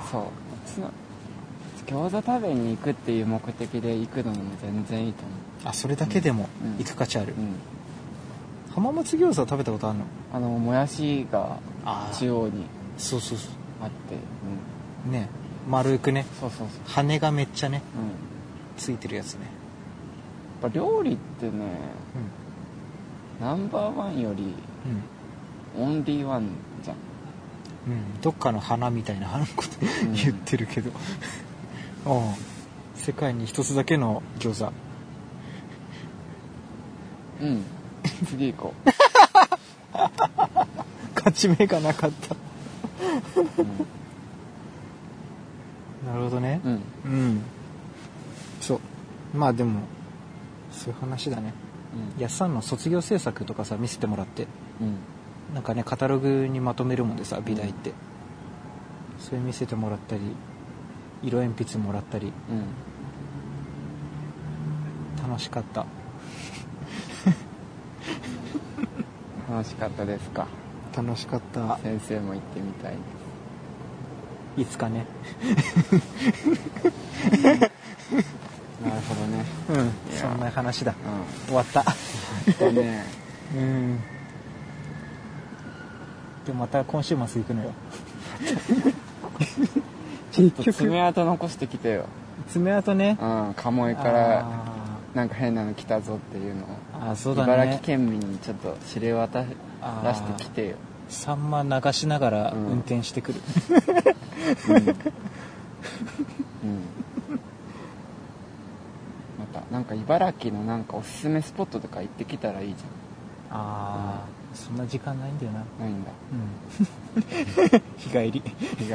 そう餃子食べに行くっていう目的で行くのも全然いいと思う。 あ、それだけでも行く価値ある、 うん、 浜松餃子食べたことあるの？ もやしが中央にそうそうそうあって、 うん、ね、丸くね、 そうそうそう、 羽がめっちゃね、 うん、 ついてるやつね。 やっぱ料理ってね、ナンバーワンよりオンリーワンじゃん。 うん、どっかの花みたいなこと言ってるけど、世界に一つだけの餃子。 うん、次行こう。 勝ち目がなかった、なるほどね。うん、そう、まあでもそういう話だね。やっさんの卒業制作とかさ見せてもらって、なんかねカタログにまとめるもんでさ、美大って、それ見せてもらったり、色鉛筆もらったり、楽しかった。 楽しかったですか？ 楽しかった。 先生も行ってみたいです。 いつかね。 なるほどね。 そんな話だ。終わった。 ね。 でまた今週末行くのよ。 ちょっと爪痕残してきてよ。 爪痕ね。 鴨居からなんか変なの来たぞっていうのを。 そうだね、 茨城県民にちょっと知れ渡らしてきてよ。 サンマ流しながら運転してくる。またなんか茨城のなんかおすすめスポットとか行ってきたらいいじゃん。 そんな時間ないんだよな。 ないんだ。 日帰り。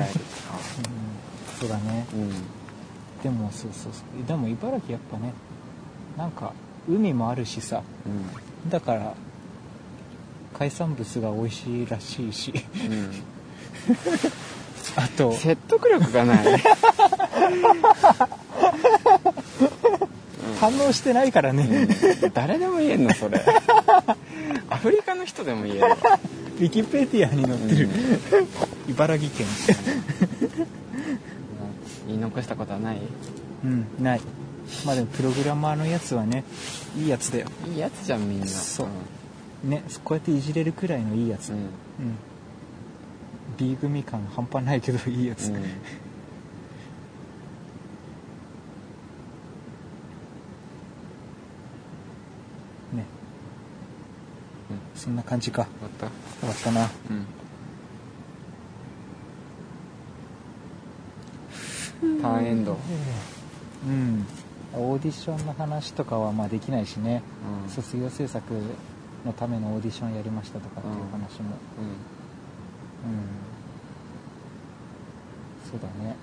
そうだね。でもそうでも茨城やっぱね、なんか海もあるしさ、だから海産物が美味しいらしいし、あと説得力がない。 反応してないからね。 誰でも言えんのそれ。アフリカの人でも言える。 ウィキペディアに載ってる、茨城県。 言い残したことはない？ ない。まあでもプログラマーのやつはね、いいやつだよ。 いいやつじゃんみんな。 そう、ね、こうやっていじれるくらいのいいやつ。B 組感半端ないけどいいやつ。ね、そんな感じか。終わったな。 ターンエンド。 オーディションの話とかはまあできないしね、卒業制作のためのオーディションやりましたとかっていう話も、そうだね、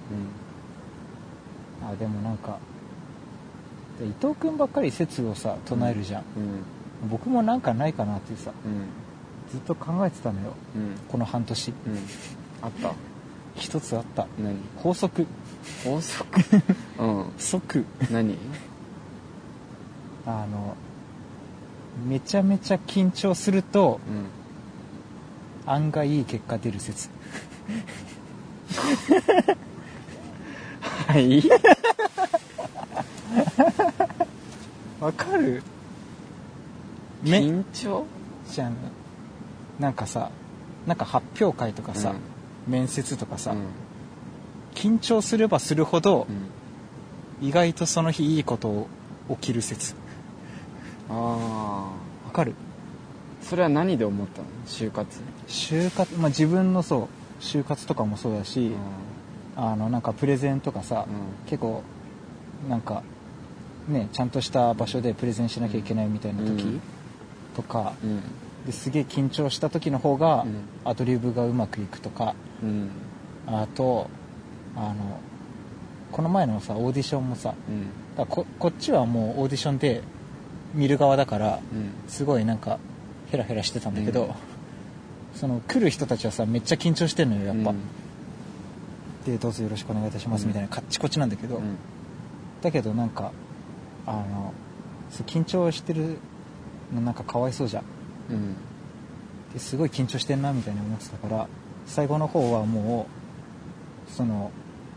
でもなんか伊藤君ばっかり説をさ唱えるじゃん、僕もなんかないかなってさ、ずっと考えてたのよ、この半年、 あった？ 一つあった。 何？ 法則即何？ めちゃめちゃ緊張すると、案外いい結果出る説。 はい。 わかる？ 緊張？ じゃん。なんかさ、なんか発表会とかさ、面接とかさ、緊張すればするほど、意外とその日いいこと起きる説。わかる？ それは何で思ったの？就活、 まあ、自分の就活とかもそうだし、なんかプレゼンとかさ、結構なんかねちゃんとした場所でプレゼンしなきゃいけないみたいな時とか、ですげえ緊張した時の方がアドリブがうまくいくとか、あとこの前のさオーディションもさ、だこっちはもうオーディションで見る側だから、すごいなんかヘラヘラしてたんだけど、その来る人たちはさめっちゃ緊張してんのよやっぱ、でどうぞよろしくお願いいたしますみたいなカッチコチなんだけど、だけどなんか緊張してるのなんかかわいそうじゃん、ですごい緊張してんなみたいに思ってたから、最後の方はもうその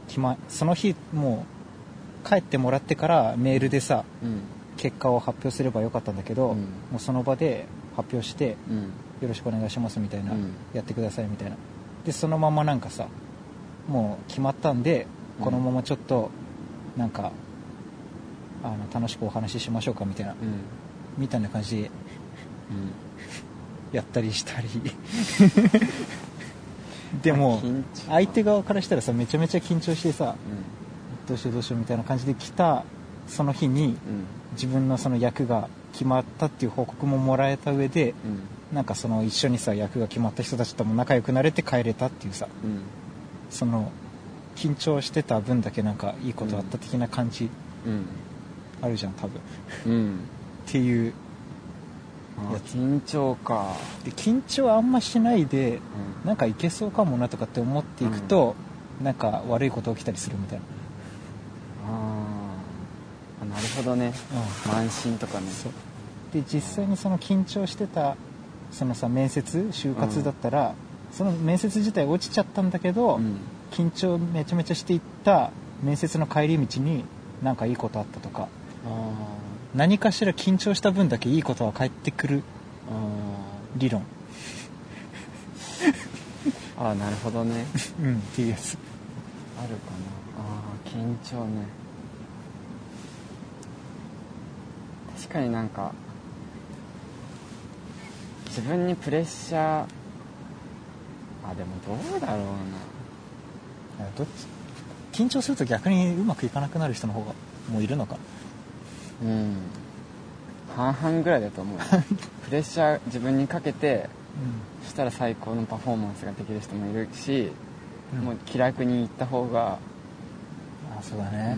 その日もう帰ってもらってからメールでさ、結果を発表すればよかったんだけど、もうその場で発表して、よろしくお願いしますみたいな、やってくださいみたいな。でそのままなんかさ、もう決まったんで、このままちょっとなんか楽しくお話ししましょうかみたいな、みたいな感じで、やったりしたりでも相手側からしたらさ、めちゃめちゃ緊張してさ、どうしようどうしようみたいな感じで来たその日に、自分のその役が決まったっていう報告ももらえた上で、なんかその一緒にさ役が決まった人たちとも仲良くなれて帰れたっていうさ、その緊張してた分だけなんかいいことあった的な感じ、あるじゃん多分、っていうやつ。 緊張か。 で緊張あんましないで、なんかいけそうかもなとかって思っていくと、なんか悪いこと起きたりするみたいな。 なるほどね、慢心とかね。 そうで実際にその緊張してたそのさ面接就活だったら、その面接自体落ちちゃったんだけど、緊張めちゃめちゃしていった面接の帰り道になんかいいことあったとか、何かしら緊張した分だけいいことは返ってくる理論なるほどねっていうやつあるかな。緊張ね。確かになんか自分にプレッシャー、でもどうだろうな。 どっち緊張すると逆にうまくいかなくなる人の方がもういるのか。 半々ぐらいだと思うプレッシャー自分にかけて、そしたら最高のパフォーマンスができる人もいるし、もう気楽にいった方が。 そうだね、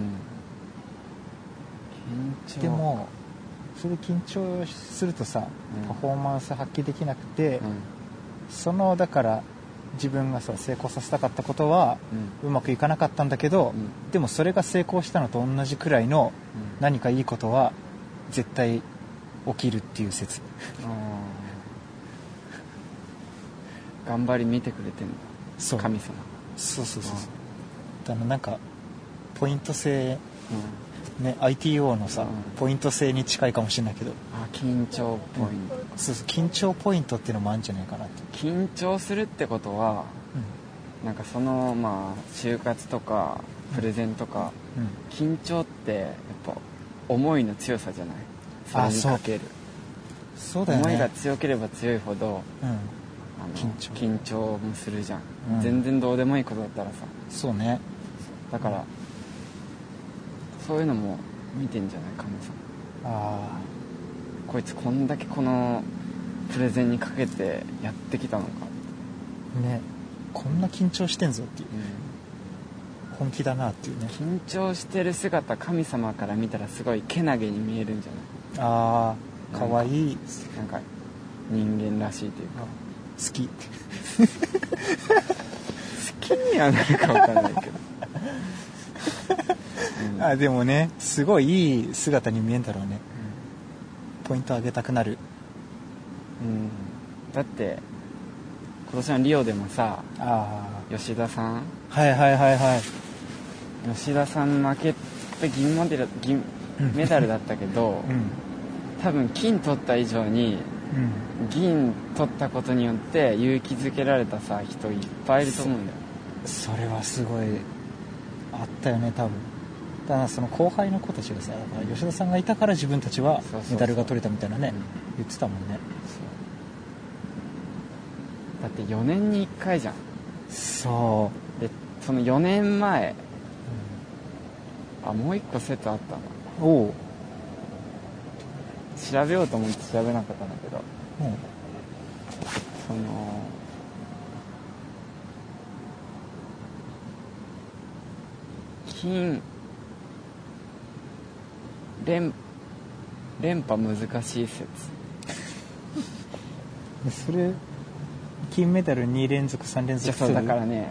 緊張。 でもそれで緊張するとさ、パフォーマンス発揮できなくて、そのだから自分がさ成功させたかったことは、うまくいかなかったんだけど、でもそれが成功したのと同じくらいの何かいいことは絶対起きるっていう説。 頑張り見てくれてんだ。 そう神様。 そうなんかポイント制、ITO のさ、ポイント制に近いかもしれないけど、 緊張ポイント、 緊張ポイントっていうのもあるんじゃないかなって。 緊張するってことは、なんかその就活とかプレゼンとか、緊張ってやっぱ思いの強さじゃない。それにかける。 そうだよね。 思いが強ければ強いほど、緊張もするじゃん、全然どうでもいいことだったらさ。 そうね。 だから、そういうのも見てんじゃない神様。こいつこんだけこのプレゼンにかけてやってきたのかね。こんな緊張してんぞっていう、本気だなっていうね。 緊張してる姿、神様から見たらすごいけなげに見えるんじゃない。 かわいい。 なんか人間らしいというか、 好き好きにはなるか分かんないけどでもね、すごいいい姿に見えるんだろうね、ポイント上げたくなる。 だって今年のリオでもさ、吉田さん、吉田さん負けて銀メダルだったけど、多分金取った以上に、銀取ったことによって勇気づけられたさ人いっぱいいると思うんだよ。 それはすごいあったよね多分。だからその後輩の子たちがさ、吉田さんがいたから自分たちはメダルが取れたみたいなね、言ってたもんね。 だって4年に1回じゃん。 そうで、その4年前、もう1個セットあったな。調べようと思って調べなかったんだけど、その金連覇難しい説それ金メダル2連続3連続。 そうだからね、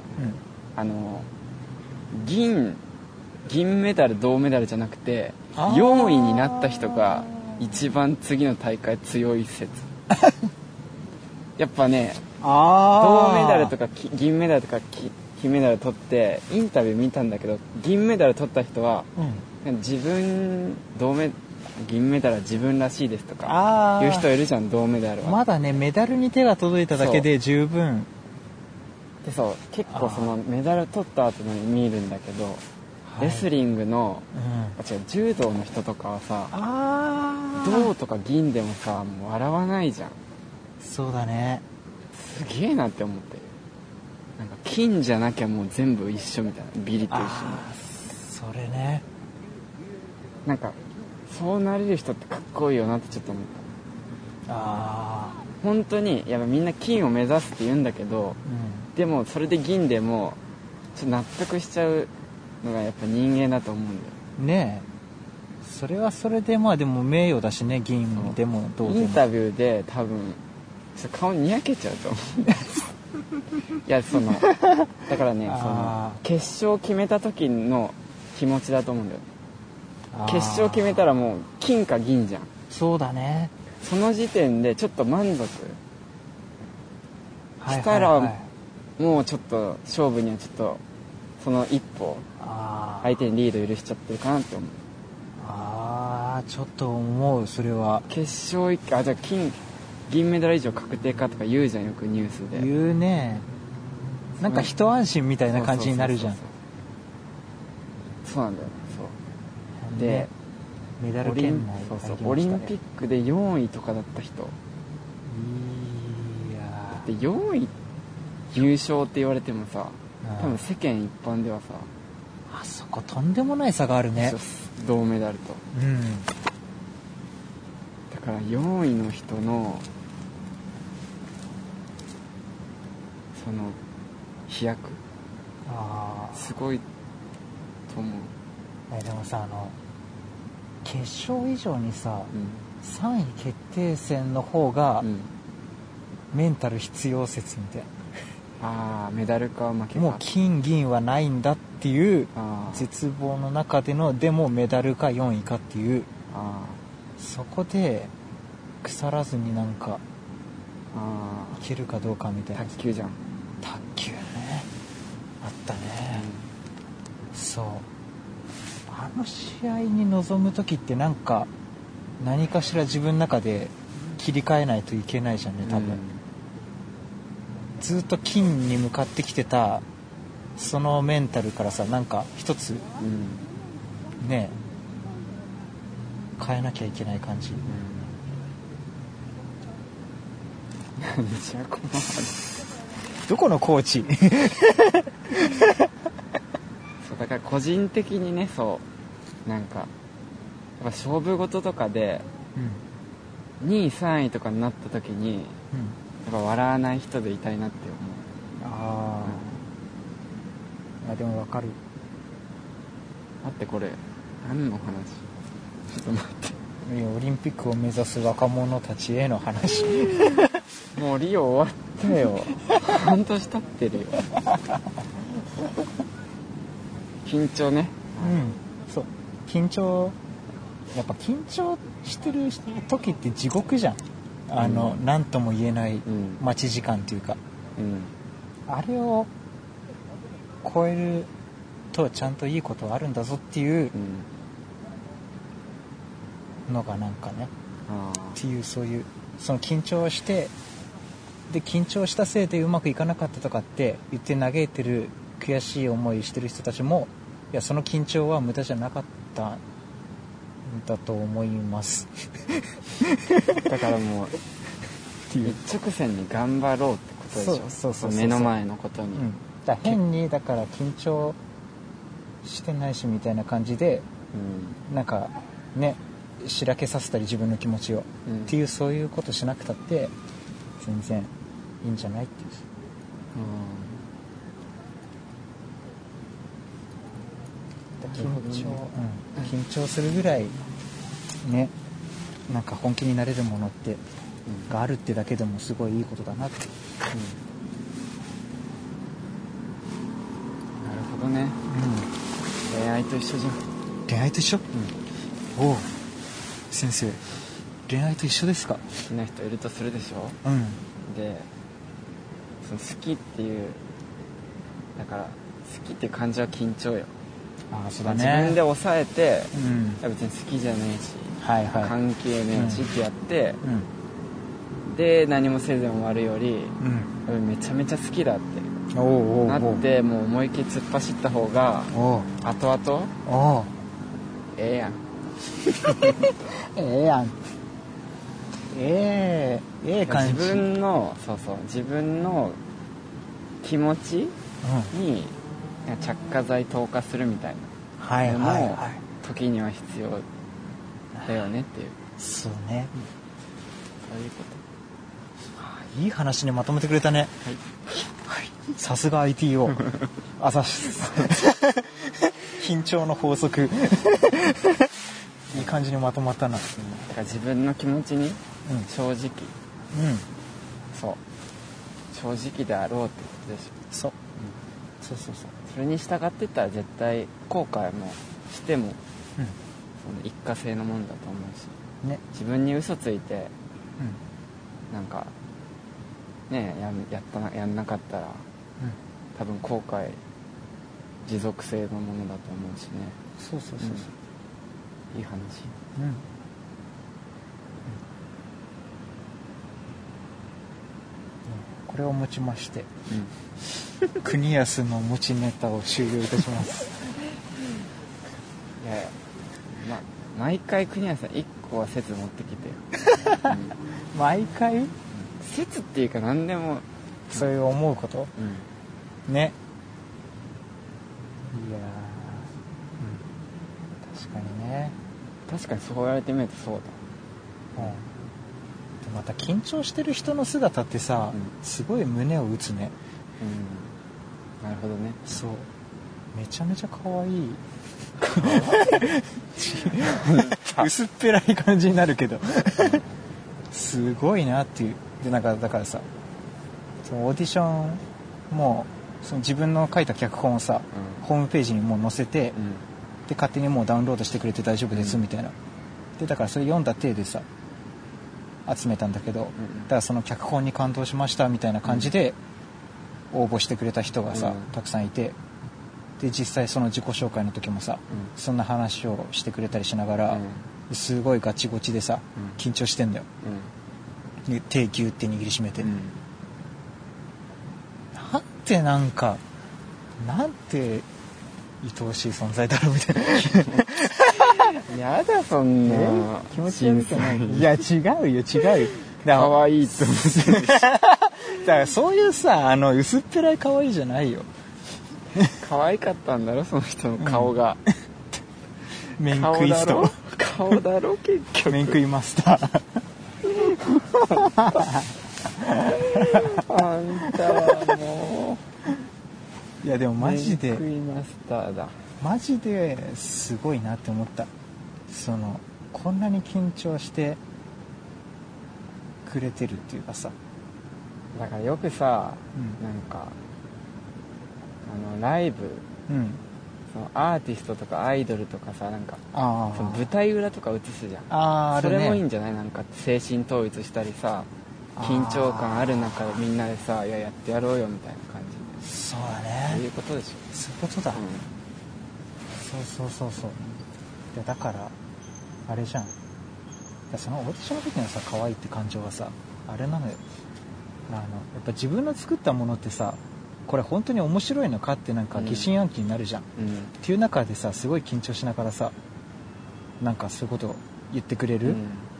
銀メダル銅メダルじゃなくて4位になった人が一番次の大会強い説やっぱね、銅メダルとか銀メダルとか金メダル取ってインタビュー見たんだけど、銀メダル取った人は、自分銀メダルは自分らしいですとかいう人いるじゃん。銅メダルはまだね、メダルに手が届いただけで十分で、そう結構そのメダル取った後に見るんだけど、レスリングの、違う、柔道の人とかはさ、銅とか銀でもさ、もう笑わないじゃん。 そうだね、 すげえなって思ってる。なんか金じゃなきゃもう全部一緒みたいな、ビリと一緒に。 それね、 なんかそうなれる人ってかっこいいよなってちょっと思った。本当にやっぱみんな金を目指すって言うんだけど、でもそれで銀でもちょっと納得しちゃうのがやっぱ人間だと思うんだよね。えそれはそれでまあでも名誉だしね、銀でも銅でも。 インタビューで多分顔にやけちゃうと思うんだよいやそのだからね、その決勝決めた時の気持ちだと思うんだよ。決勝決めたらもう金か銀じゃん。 そうだね。 その時点でちょっと満足したら、もうちょっと勝負にはちょっとその一歩相手にリード許しちゃってるかなって思う。 ちょっと思う。それは決勝じゃあ銀メダル以上確定かとか言うじゃん、よくニュースで言うね。なんか一安心みたいな感じになるじゃん。 そうなんだよね。そうでメダル圏内、 オリンピックで4位とかだった人、だって4位優勝って言われてもさ、多分世間一般ではさ、 あそことんでもない差があるね、 銅メダルと、だから4位の人のその飛躍すごいと思う。 でもさ、決勝以上にさ、3位決定戦の方が、メンタル必要説みたいな、メダルか負けか、 もう金銀はないんだっていう絶望の中での、でもメダルか4位かっていう、そこで腐らずになんかいけるかどうかみたいな。 卓球じゃん。 卓球ね、あったね、そう、あの試合に臨む時ってなんか何かしら自分の中で切り替えないといけないじゃんね、多分、ずっと金に向かってきてたそのメンタルからさ、なんか一つ、ね変えなきゃいけない感じ、 じゃあ困るどこのコーチそうだから個人的にね、そうなんかやっぱ勝負事とかで、2位3位とかになった時に、やっぱ笑わない人でいたいなって思う。でも分かる。 待って、これ何の話？ちょっと待って。 オリンピックを目指す若者たちへの話もうリオ終わったよ半年経ってるよ緊張ね、 そう、緊張、やっぱ緊張してる時って地獄じゃん。何とも言えない待ち時間というか、あれを超えるとちゃんといいことあるんだぞっていうのがなんかね、っていう、そういうその緊張して、で緊張したせいでうまくいかなかったとかって言って嘆いてる、悔しい思いしてる人たちも、いやその緊張は無駄じゃなかったんだと思いますだからもう一直線に頑張ろうってことでしょ。そう目の前のことに、 だ変にだから緊張してないしみたいな感じで、なんかねしらけさせたり自分の気持ちを、っていう、そういうことしなくたって全然いいんじゃないっていう、緊張するぐらいね、なんか本気になれるものってがあるってだけでもすごいいいことだなって、なるほどね、恋愛と一緒じゃん。 恋愛と一緒？おお、先生、恋愛と一緒ですか？ 好きな人いるとするでしょ。でその好きっていうだから好きって感じは緊張よ。 そうだね、 自分で抑えて、別に好きじゃねえし、関係ねえしってやって、で何もせずに終わるより、めちゃめちゃ好きだってなってもう思いっきり突っ走った方が後々ええやん感じ。自分の気持ちに着火剤投下するみたいなのも時には必要だよねっていう。 そうね、 そういうこと。 いい話にまとめてくれたね。さすが ITO あざし緊張の法則いい感じにまとまったな。だから自分の気持ちに正直、そう正直であろうってことでしょ。そうそれに従ってったら絶対後悔もしても、その一過性のもんだと思うし、自分に嘘ついて、なんかねやんなかったら、多分後悔持続性のものだと思うしね。そういい話。 これをもちまして、国安の持ちネタを終了いたします。 いや毎回国安さん1個は説持ってきてよ。 毎回説っていうか何でもそういう思うこと、ね。いや確かにね。 確かにそう言われてみるとそうだ。 でまた緊張してる人の姿ってさ、すごい胸を打つね。 なるほどね。 そうめちゃめちゃ可愛い薄っぺらい感じになるけどすごいなっていう。でだからさ、そのオーディションもその自分の書いた脚本をさ、ホームページにもう載せて、で勝手にもうダウンロードしてくれて大丈夫ですみたいな、でだからそれ読んだ体でさ集めたんだけど、だからその脚本に感動しましたみたいな感じで応募してくれた人がさ、たくさんいて、で実際その自己紹介の時もさ、そんな話をしてくれたりしながら、すごいガチゴチでさ、緊張してんだよ、で手ギュって握りしめて、なんて愛おしい存在だろうみたいなやだそんな、 気持ち悪くない。いや違うよ可愛いと思ってるだからそういうさ薄っぺらい可愛いじゃないよ。 可愛かったんだろその人の顔が、 面食いスト顔だろ結局面食いマスターあんたはもういやでもマジで面食いマスターだ。 マジですごいなって思った。こんなに緊張してくれてるっていうかさ、 だからよくさ、なんかライブ、そのアーティストとかアイドルとかさ、なんかその舞台裏とか映すじゃん。それもいいんじゃない？なんか精神統一したりさ、緊張感ある中でみんなでさ、やってやろうよみたいな感じで。 そうだね。 そういうことでしょ。 そういうことだ。そう。だからあれじゃん。そのオーディションの時のさ、可愛いって感情はさ、あれなのよ。やっぱ自分の作ったものってさ、これ本当に面白いのかってなんか疑心暗鬼になるじゃん、っていう中でさ、すごい緊張しながらさ、なんかそういうことを言ってくれる、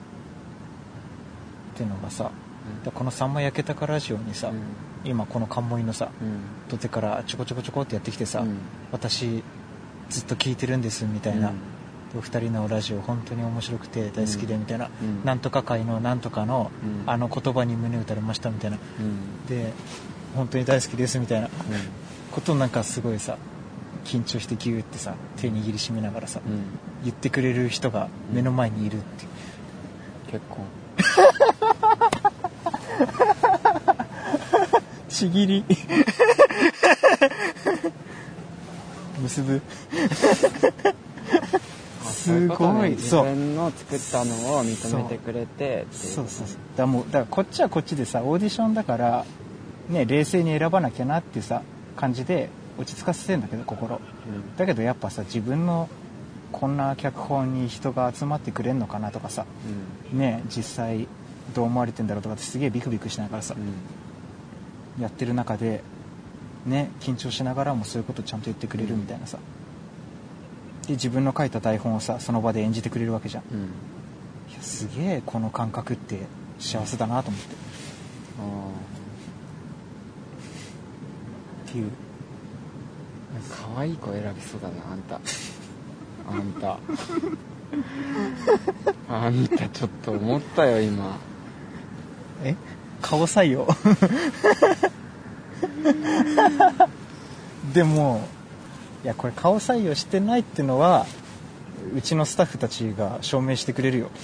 っていうのがさ、このさんま焼けたかラジオにさ、今この冠のさ、土手からちょこちょこってやってきてさ、私ずっと聞いてるんですみたいな、お二人のラジオ本当に面白くて大好きでみたいな、なんとか会のなんとかの、言葉に胸打たれましたみたいな、で本当に大好きですみたいな、ことをなんかすごいさ、緊張してギューってさ手握りしめながらさ、言ってくれる人が目の前にいるっていう、 結婚ちぎり結ぶすごい、 自分の作ったのを認めてくれて、 そうだからこっちはこっちでさ、オーディションだからね、冷静に選ばなきゃなっていうさ感じで落ち着かせてんだけど心、だけどやっぱさ自分のこんな脚本に人が集まってくれんのかなとかさ、ね実際どう思われてんだろうとかってすげえビクビクしながらさ、やってる中でね緊張しながらもそういうことちゃんと言ってくれるみたいなさ、で自分の書いた台本をさその場で演じてくれるわけじゃん、いやすげえこの感覚って幸せだなと思って、っていう可愛い子選びそうだなあんたちょっと思ったよ今。 顔採用でもいやこれ顔採用してないってのはうちのスタッフたちが証明してくれるよ。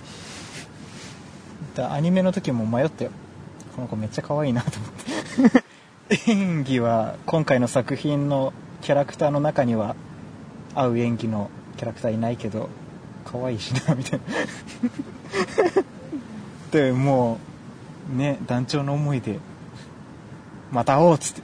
だアニメの時も迷ったよ、この子めっちゃ可愛いなと思って演技は今回の作品のキャラクターの中には合う演技のキャラクターいないけど可愛いしなみたいなでもうね団長の思いでまた会おうっつって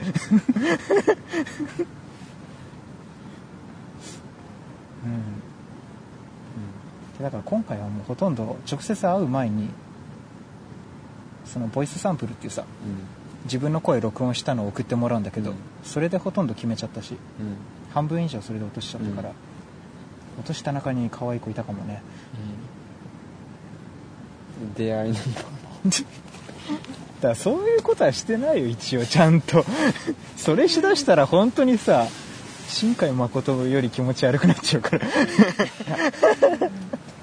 だから今回はもうほとんど直接会う前にそのボイスサンプルっていうさ、自分の声録音したのを送ってもらうんだけど、それでほとんど決めちゃったし、半分以上それで落としちゃったから、落とした中に可愛い子いたかもね、 出会いのだからそういうことはしてないよ一応ちゃんとそれしだしたら本当にさ新海誠より気持ち悪くなっちゃうからなるほどね、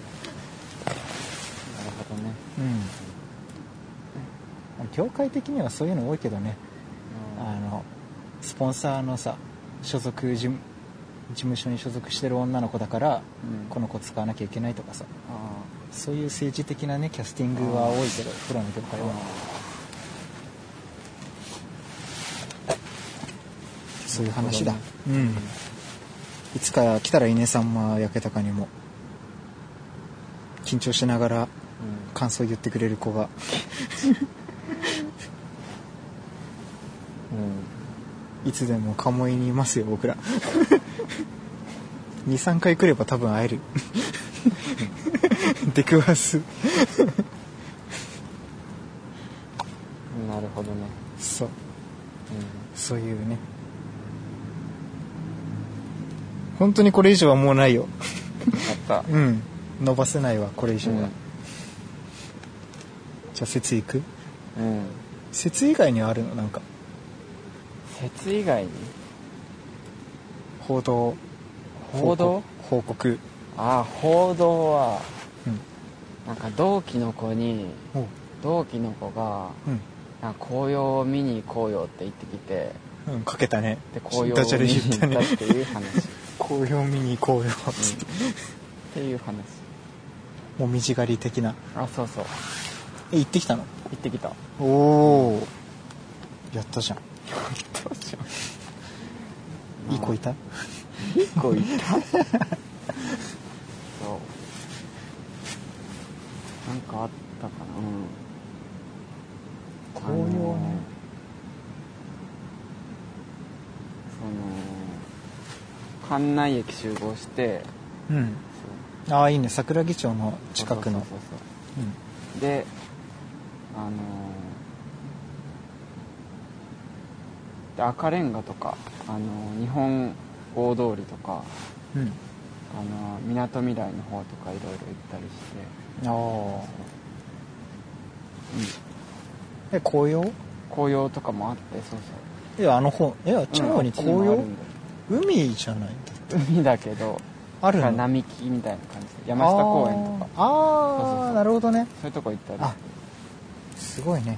業界的にはそういうの多いけどね、スポンサーのさ所属事務所に所属してる女の子だから、この子使わなきゃいけないとかさ、そういう政治的なねキャスティングは多いけどプロの業界はそういう話だ、いつか来たらいいねさんま焼けたかにも緊張しながら感想言ってくれる子がいつでも鴨居にいますよ僕ら2,3 回来れば多分会える出くわすなるほどね、 そう、そういうね本当にこれ以上はもうないよあった伸ばせないわこれ以上は、じゃあ説いく？説以外にはあるの？なんか説以外に報道報告報道は、なんか同期の子が、なんか紅葉を見に行こうよって言ってきて、 かけたね。 で紅葉を見に行ったっていう話紅葉見に行こうよっていう話、 もみじ狩り的な。 そうそう。 行ってきたの？ 行ってきた。 おお、やったじゃん。いい子いた？ いい子いた？そう。なんかあったかな。 紅葉ね。 関内駅集合して、 いいね、桜木町の近くの。 で、赤レンガとか日本大通りとか、みなとみらいの方とかいろいろ行ったりして、 紅葉とかもあって、そうそう。 いやあっちの方に紅葉、海じゃないんだって。 海だけどあるの？ 並木みたいな感じで山下公園とか。 なるほどね。 そういうとこ行ったりして。 すごいね、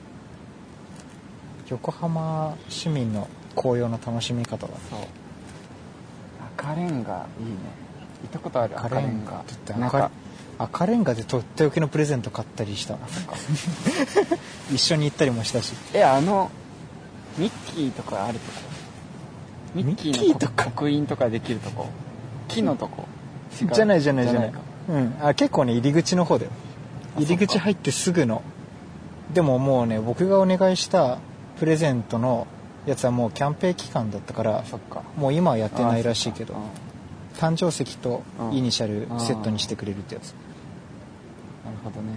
横浜市民の紅葉の楽しみ方だ。 そう、赤レンガいいね。行ったことある？赤レンガ赤レンガでとっておきのプレゼント買ったりした一緒に行ったりもしたし。 ミッキーとかあるとこ、ミッキーの刻印とかできるとこ、木のとこじゃない結構ね入り口の方だよ。入り口入ってすぐの。でももうね僕がお願いしたプレゼントのやつはもうキャンペーン期間だったからそっかもう今はやってないらしいけど、誕生石とイニシャルセットにしてくれるってやつ。 なるほどね。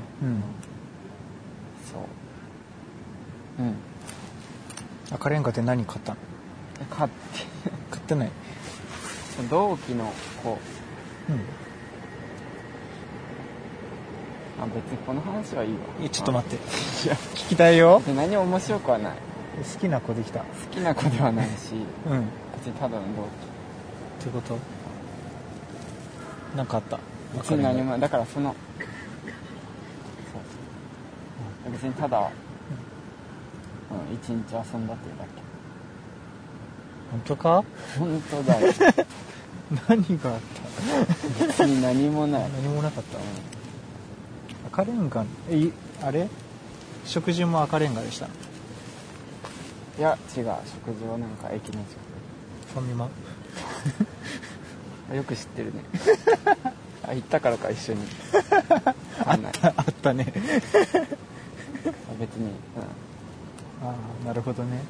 そう赤レンガって何買ったの？ 買ってない。 同期の子。別にこの話はいいわ。 ちょっと待って。いや聞きたいよ。 何も面白くはない。 好きな子できた。 好きな子ではないし、別にただの同期。 ってこと？なんかあった？ 別に何もだからそう別にただ一日遊んだっていうだけ。 本当か？ 本当だよ。 何があった？ 別に何もない。 何もなかった。赤レンガあれ？食事も赤レンガでした？ いや違う、食事はなんか駅の近く。 ファミマ？ よく知ってるね。行ったからか一緒に。 あったね。 別に。 ああなるほどね。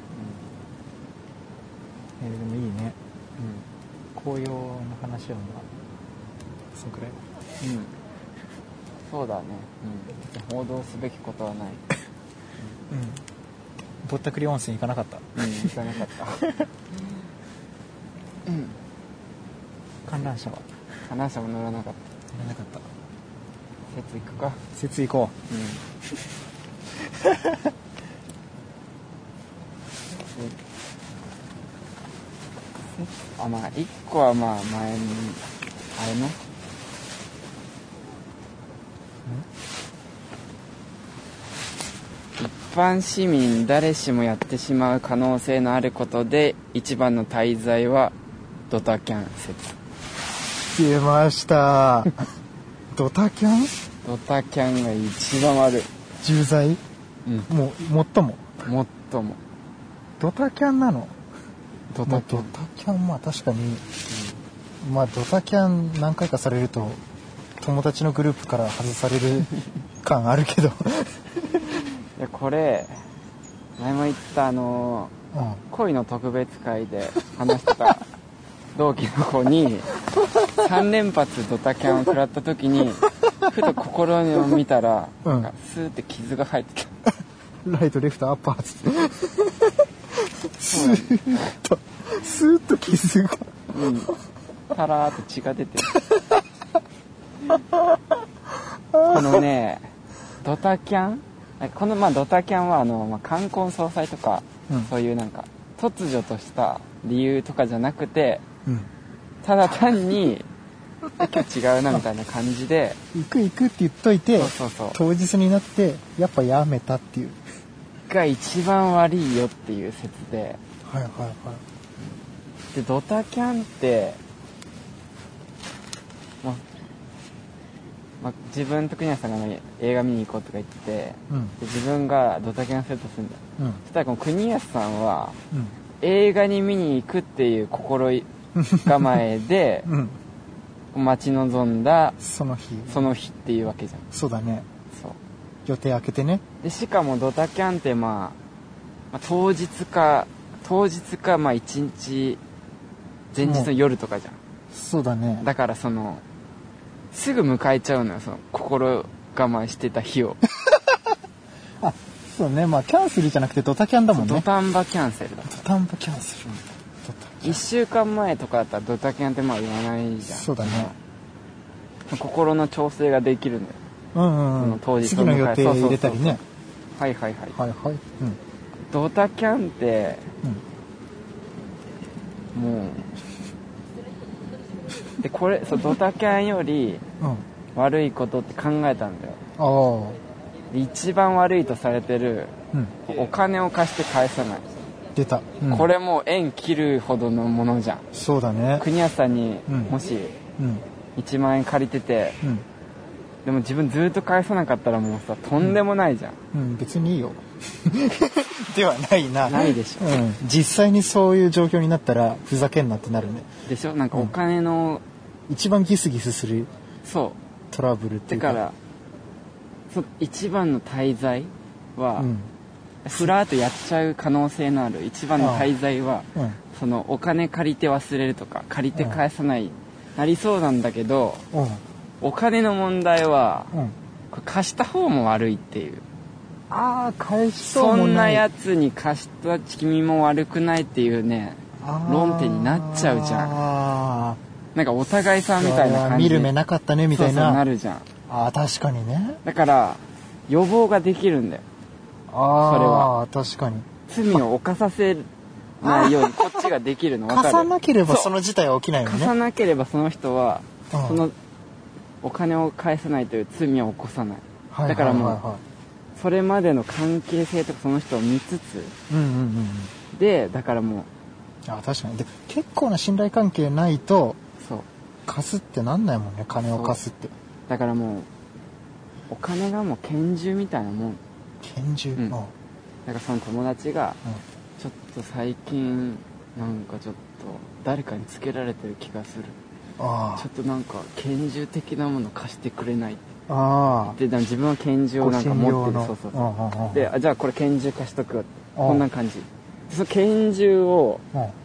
でもいいね。紅葉の話はまあそのくらい。 そうだね。報道すべきことはない。 ぼったくり温泉行かなかった？ 行かなかった。 観覧車は？ 観覧車も乗らなかった。 乗らなかった。 節行くか。 節行こう。まあ一個はまあ前にあれね。一般市民誰しもやってしまう可能性のあることで一番の大罪はドタキャン説。 出ましたドタキャン？ ドタキャンが一番悪い。 重罪？もう最もドタキャンなの？ドタキャンまあ確かに、まあドタキャン何回かされると友達のグループから外される感あるけどいやこれ前も言った恋の特別会で話してた同期の子に3連発ドタキャンを食らった時にふと心を見たら、なんかスーって傷が入ってた。 ライトレフトアッパーつってスーッと傷がタラーっと血が出てる。このねドタキャン、このドタキャンは冠婚葬祭とか、そういうなんか突如とした理由とかじゃなくて、ただ単に今日違うなみたいな感じで行くって言っといて、 そう当日になってやっぱやめたっていうが一番悪いよっていう説で、でドタキャンって自分と国谷さんが映画見に行こうとか言って、で自分がドタキャンセットするんだよ、そしたらこの国谷さんは、映画に見に行くっていう心構えで、待ち望んだその日っていうわけじゃん。 そうだね。 そう予定開けてね。 でしかもドタキャンって当日か一日前日の夜とかじゃん。 そうだね。 だからすぐ迎えちゃうのよ、その心我慢してた日を。 あ、そうね。キャンセルじゃなくてドタキャンだもんね。 ドタンバキャンセルだ。 ドタンバキャンセル。 1週間前とかだったらドタキャンって言わないじゃん。 そうだね。 心の調整ができるんだよ。その当日次の予定入れたりね。 はい。ドタキャンって、もうでこれドタキャンより悪いことって考えたんだよ。一番悪いとされてる、お金を貸して返さない。 出た、 これもう縁切るほどのものじゃん。 そうだね。 国安さんにもし1万円借りてて、でも自分ずっと返さなかったらもうさとんでもないじゃん。 別にいいよではないな。 ないでしょ、 実際にそういう状況になったらふざけんなってなるね。 でしょ。なんかお金の、 一番ギスギスするトラブルっていうか。 だから一番の大罪は、 ふらっとやっちゃう可能性のある一番の大罪は、そのお金借りて忘れるとか借りて返さない、なりそうなんだけど、お金の問題は、これ貸した方も悪いっていう。 返しそうもない。 そんなやつに貸した君も悪くないっていうね、論点になっちゃうじゃん。なんかお互いさんみたいな感じで見る目なかったねみたいな。 そうなるじゃん。 確かにね。 だから予防ができるんだよ。それは確かに。 罪を犯させないようにこっちができるの。 貸さなければその事態は起きないよね。 貸さなければその人は、そのお金を返さないという罪を起こさない。だからもう、それまでの関係性とかその人を見つつ、でだからもう確かに。で結構な信頼関係ないと貸すってなんないもんね。金を貸すって。 だからもうお金がもう拳銃みたいなもん。 拳銃。だからその友達が、ちょっと最近なんかちょっと誰かにつけられてる気がする。ちょっとなんか拳銃的なもの貸してくれないって。で自分は拳銃をなんか持ってる。そうでじゃあこれ拳銃貸しとくよって。こんな感じ。その拳銃を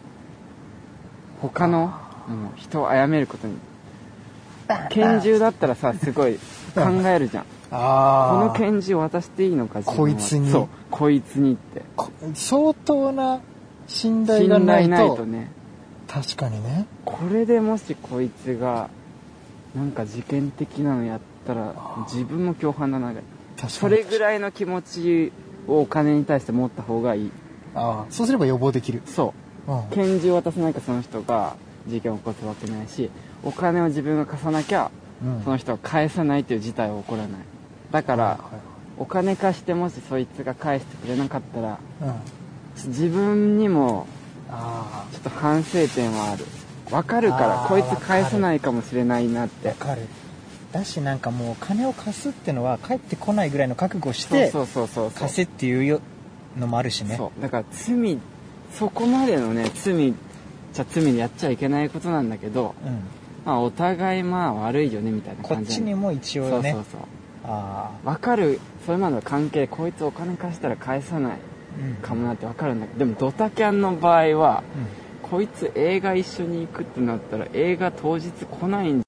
他の人を殺めることに。拳銃だったらさすごい考えるじゃん。この拳銃渡していいのかこいつに。 そうこいつにって相当な信頼がないとね。 確かにね。 これでもしこいつがなんか事件的なのやったら自分も共犯だな。それぐらいの気持ちをお金に対して持った方がいい。 そうすれば予防できる。 そう拳銃を渡さないかその人が事件を起こすわけないし、お金を自分が貸さなきゃ、その人は返さないという事態は起こらない。だから、お金貸してもしそいつが返してくれなかったら、自分にもちょっと反省点はある。わかるからこいつ返さないかもしれないなって。 わかる。だしなんかもう金を貸すってのは返ってこないぐらいの覚悟して貸せっていうのもあるしね。 そうだからそこまでのね罪でやっちゃいけないことなんだけど、お互い悪いよねみたいな感じ。 こっちにも一応ね。 わかる。それまでの関係でこいつお金貸したら返さないかもなってわかるんだけど、でもドタキャンの場合は、こいつ映画一緒に行くってなったら映画当日来ないん